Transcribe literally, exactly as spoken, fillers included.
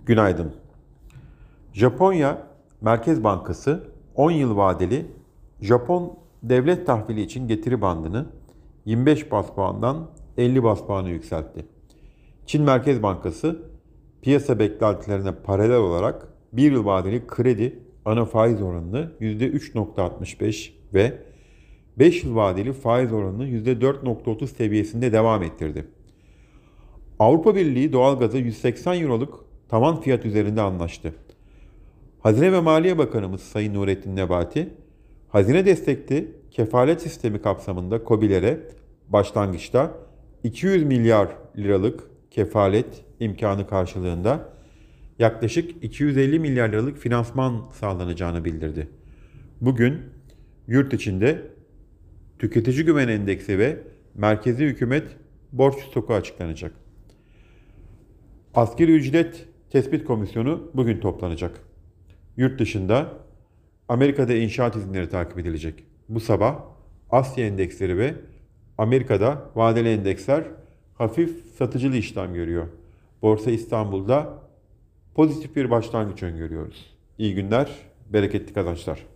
Günaydın. Japonya Merkez Bankası on yıl vadeli Japon devlet tahvili için getiri bandını yirmi beş bas puandan elli bas puana yükseltti. Çin Merkez Bankası piyasa beklentilerine paralel olarak bir yıl vadeli kredi ana faiz oranını yüzde üç nokta altmış beş ve beş yıl vadeli faiz oranını yüzde dört nokta otuz seviyesinde devam ettirdi. Avrupa Birliği doğalgaza yüz seksen euroluk tavan fiyat üzerinde anlaştı. Hazine ve Maliye Bakanımız Sayın Nurettin Nebati, hazine destekli kefalet sistemi kapsamında KOBİ'lere başlangıçta iki yüz milyar liralık kefalet imkanı karşılığında yaklaşık iki yüz elli milyar liralık finansman sağlanacağını bildirdi. Bugün yurt içinde tüketici güven endeksi ve merkezi hükümet borç stoku açıklanacak. Asgari ücret tespit komisyonu bugün toplanacak. Yurt dışında Amerika'da inşaat izinleri takip edilecek. Bu sabah Asya endeksleri ve Amerika'da vadeli endeksler hafif satıcılı işlem görüyor. Borsa İstanbul'da pozitif bir başlangıç öngörüyoruz. İyi günler, bereketli kazançlar.